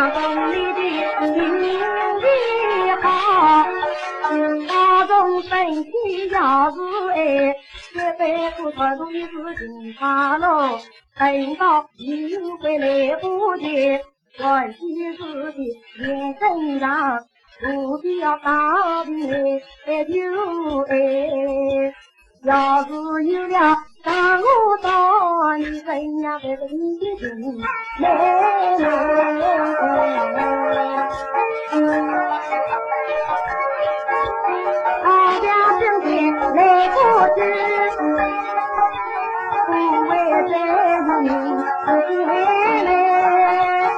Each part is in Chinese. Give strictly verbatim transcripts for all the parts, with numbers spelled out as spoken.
家中里的运气好，家中身体要是爱，这辈子传出一是金发喽，等到你回来不见，关系自己眼身上，不必要打的就爱。要是有了让我到你怎样的一定来大家今天来不知不为这名来来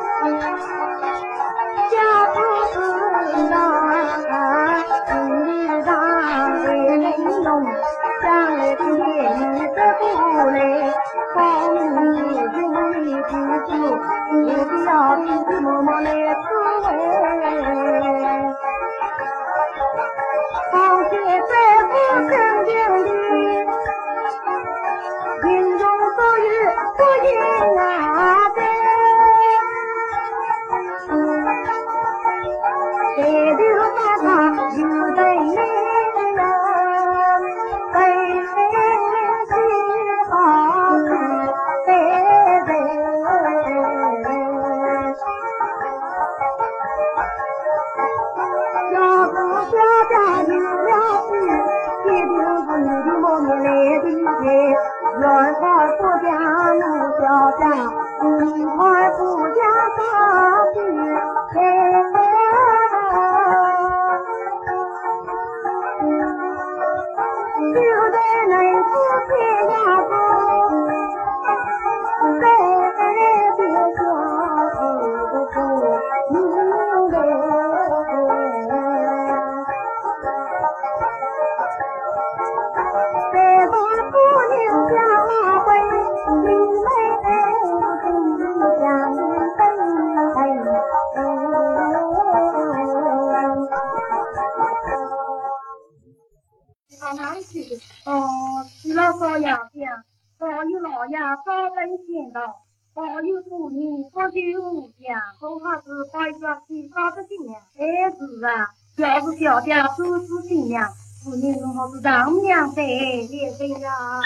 家不知道你让为人用将来的年日不来，光明的用力记住，不必要急急忙忙来思维。况且在不正经的，心中所欲不应啊在，谁留把他留在内。软块不讲路小家，硬块不讲大事就在能不天涯中，在别家不不明白。在把姑娘嫁回，你妹真的想背到哪里去？哦，去了烧羊家，保有老爷早登仙道，保有妇女不休家，恐怕是怀着七八个新娘。哎是啊，要是小家都是新娘。妇女怎么是丈母娘在列队啊？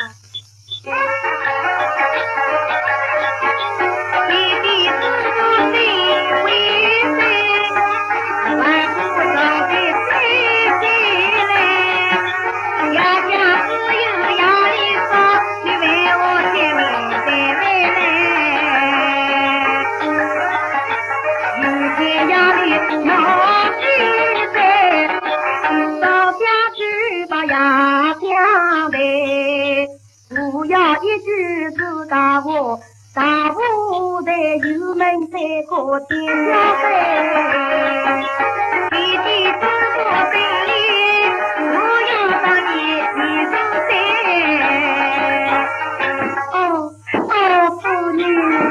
弟弟是谁为谁？万不上的谁谁来？家家只有压力少，你为我前面再回来。有些压力闹起来，到家去把牙讲来，不要一句子打我，打我在油门在过天上飞，弟弟知我心里，我要当你你生在。哦哦，妇女。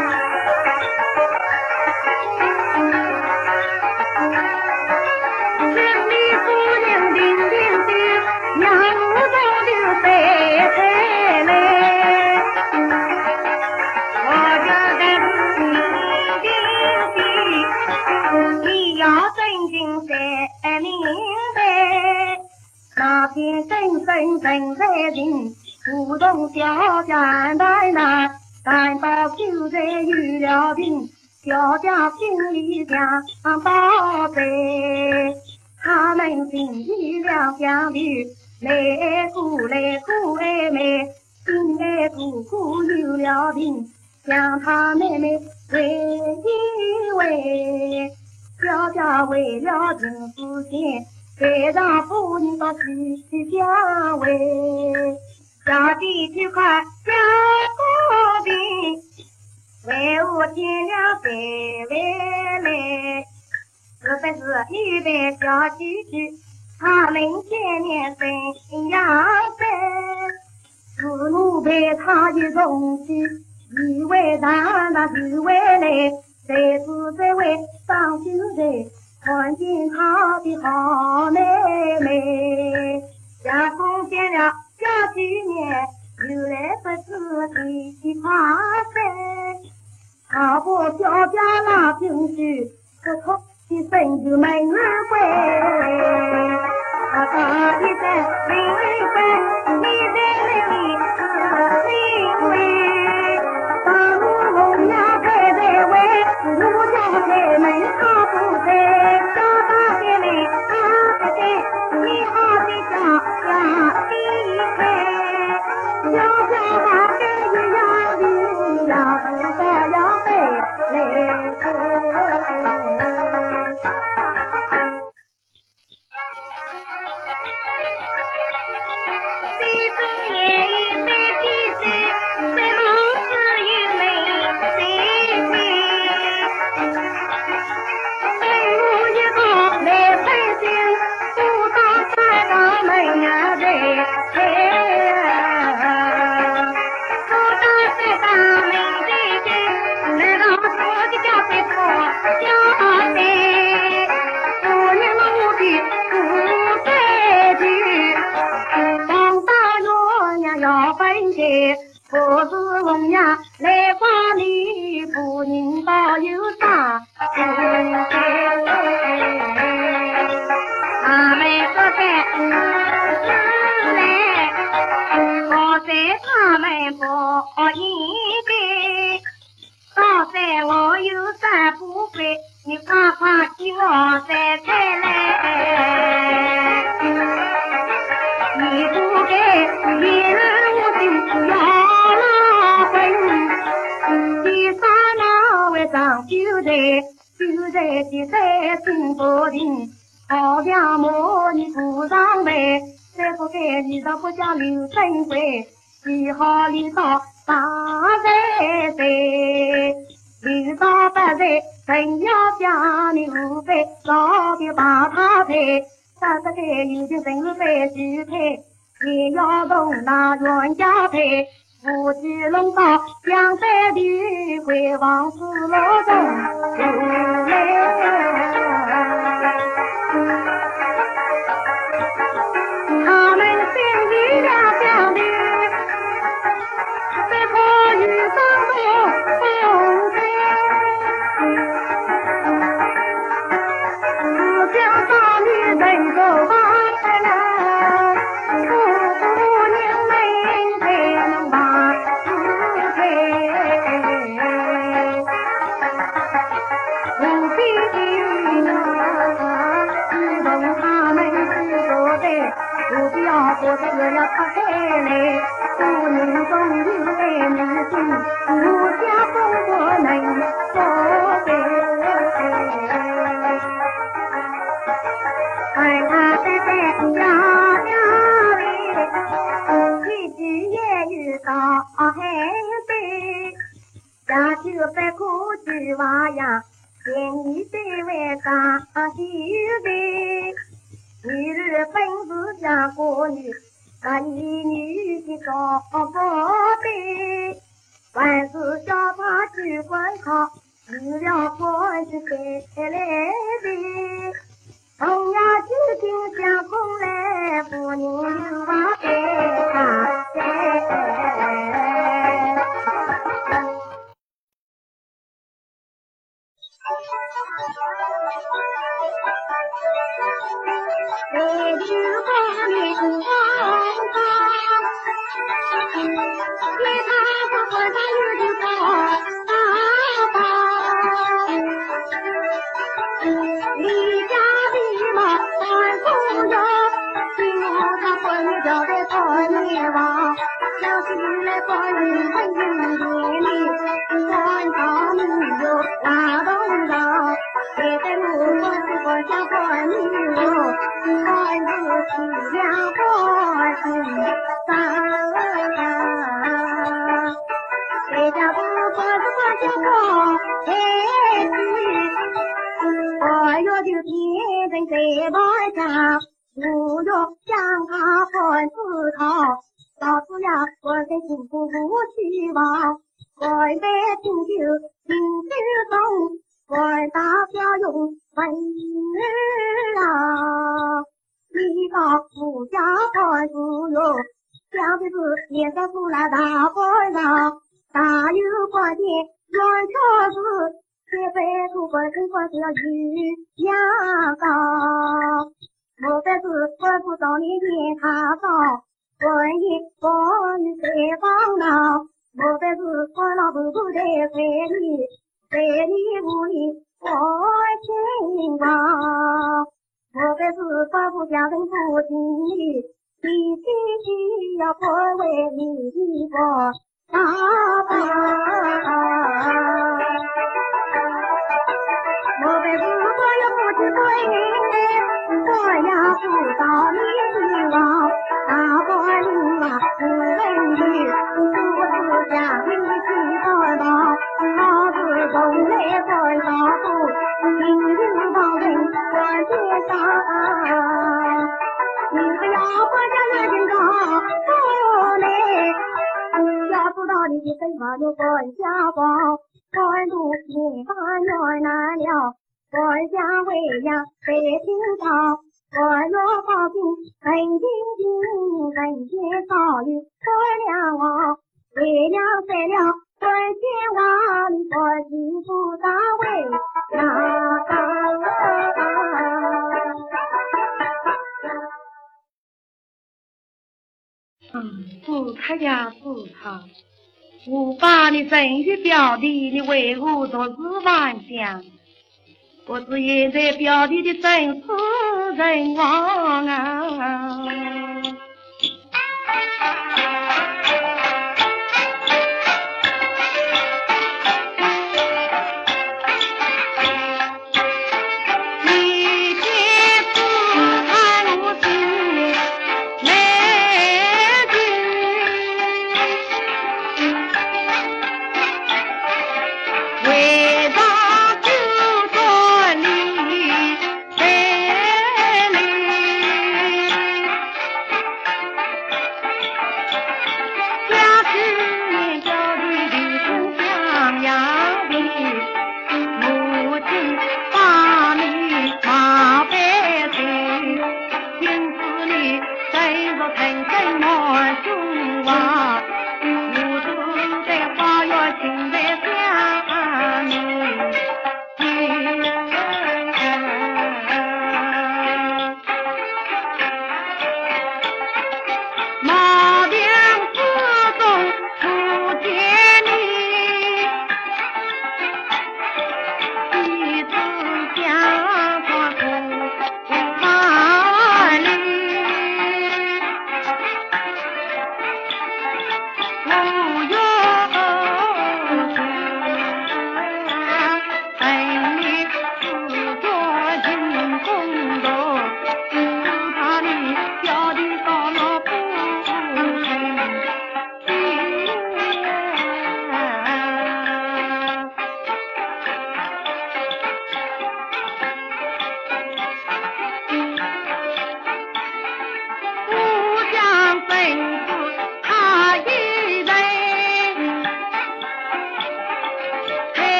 真真真在人，不动小家奶奶，感到就在有了病，小家心里想宝贝，他们心里两相对，来苦来苦爱妹，心爱苦苦有了病，想他妹妹为一为，小家为了人福县。再让妇女到西西相会，家地就快交过病，为我天亮再回来。这才是一般小几句，他们见面怎样在？父母陪他一同去，以为他那是回来，再是在为上酒菜。看见他的好妹妹，相逢见了小几年，又来不知的夸山。他把小家拉进去， 不错的生日门儿归，啊啊的在门儿归，你在那里啊门归，大路红呀开在外，我家开门他不在，家大的门啊在，你好的家呀离开，要家大跟一样的呀不在呀背来可是红呀，来把你夫人保佑大福他们不在来，好在他们不应该。好在我有三不会，你快快给我再再来。你不该一人我就要。上就在就在的三心不定，好像莫你不上来，再不该你到不讲刘正贵，只好你到大在在，刘到八在真要将你五百早的把他抬，三十开有的真百几抬，也要动那冤家抬。夫妻龙到江山的回往四路中出来，他们心里两相的，在风雨上头风飞，不想上女人走吧。我这个要拆开来，妇女中有爱女性，我家中国能做对。看他在在家家里，一句言语到海北，家就在苦去娃呀，见你对外家西北。女儿本是家国女，那一女的高不对，万事叫他去观考，为了关系带来的，同样就听相公来，夫人有话给他在。我去把你光光，你他不管他有的高大大，你家的嘛三姑娘，就他婚叫的做你王，想起来把你很有点你，看到你有拉动到，现在我我是不想管你哦。看不起两花心上，谁家不过是我家光太去，我要就天人在外家，我要将他分思考，老子呀我在辛苦不去往，外边听就听就懂，外大家用分儿啊。你到富家欢富哟，想的是也在富来大欢上，大有关天，乱巧是铁肺出关城关是要玉牙高，莫非是官府找你见他早，官爷官女谁帮闹，莫非是官老不不得非你，非你无理我情光，莫非是官府家人不听你，你必须要官为你过大法。莫非是我也不知对，我也不到你的望，大官人啊不问你，不是家里去多忙，他是东来在大府，明日帮人关天上，你不要把家眼睛搞不嘞，要知道你的身上有关家宝。官路平凡远难了，官家为养百姓少，官若放心很清静，人间少有官良王，为了谁了官千万，你官心不大为哪嗯，不他呀不他，我把你真是表弟，你为何做事妄想？我是现在表弟的真是人亡啊！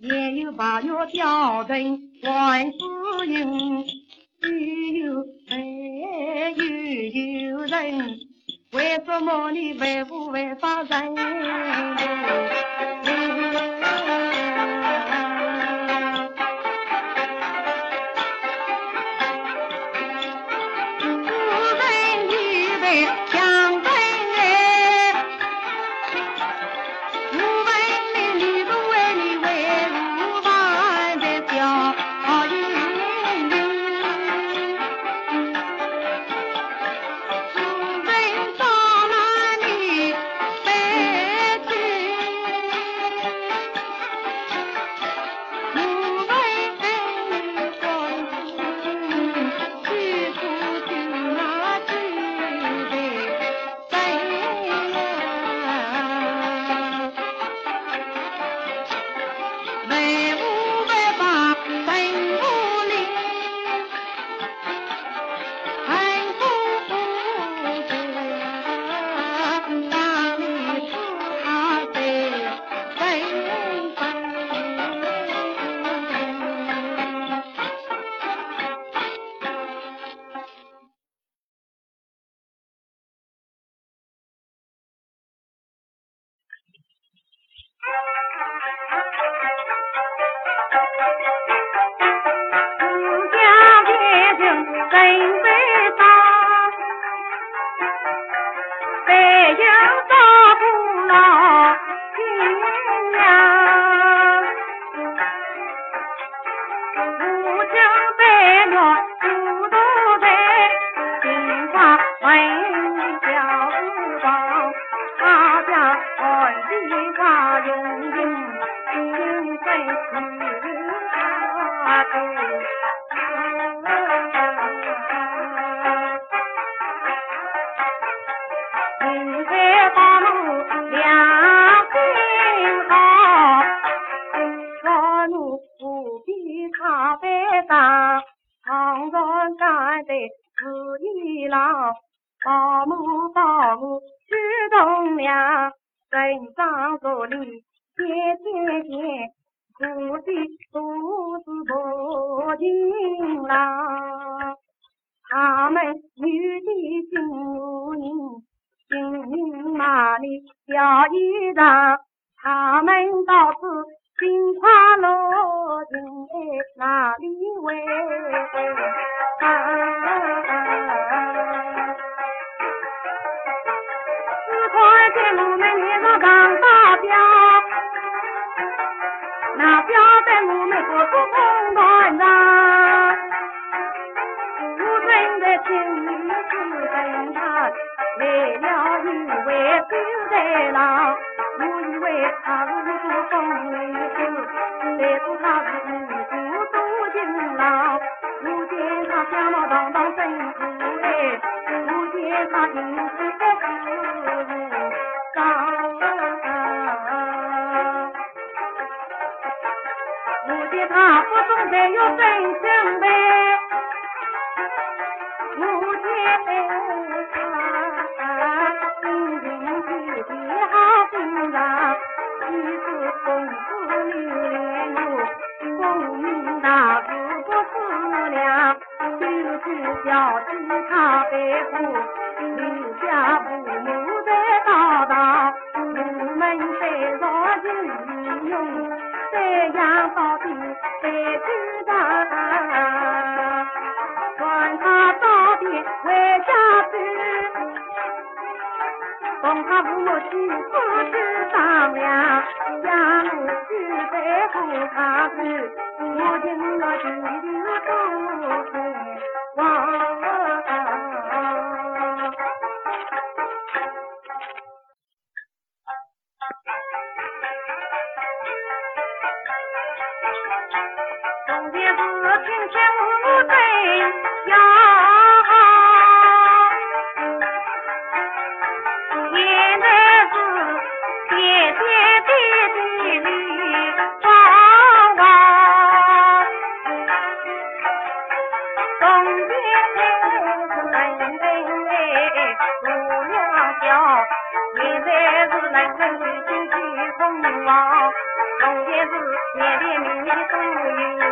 也有把药调成万事用，又有哎又有人，为什么你为不为发人？ 现在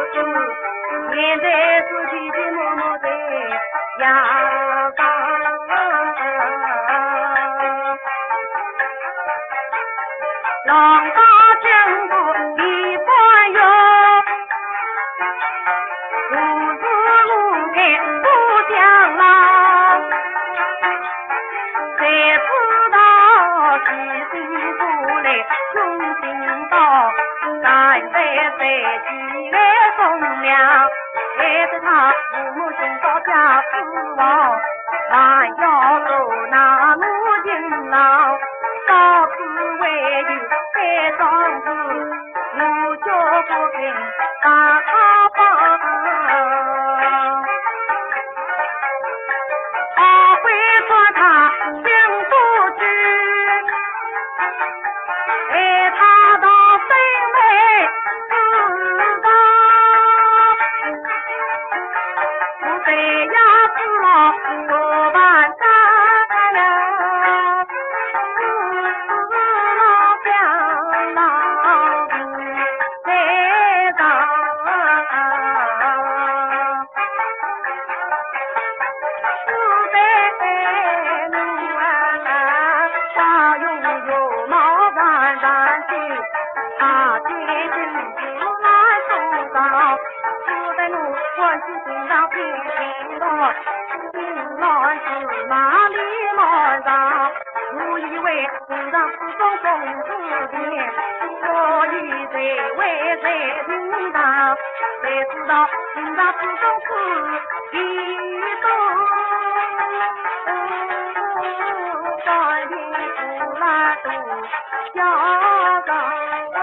子，现在是寂寂寞寞在阳光。浪花经过一番哟，如是路开不相浪，谁知道几辛苦来穷心道，难为谁举来风凉，害得他父母兄到家死亡，还要走那路情郎，到此为有再庄子，无教不平把他放，阿辉说他心不知，爱他到生来死亡，不非呀死了多半山呀，死了江郎在当。我以为身上是种公子钱，所以才为谁听当，才知道身上是种是一种，当天不来都嚣张，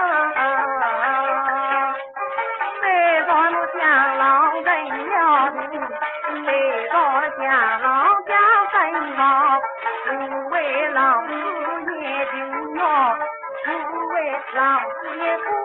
再让我江郎人了命，再让江郎将身亡。不为浪子也就要，不为浪子也不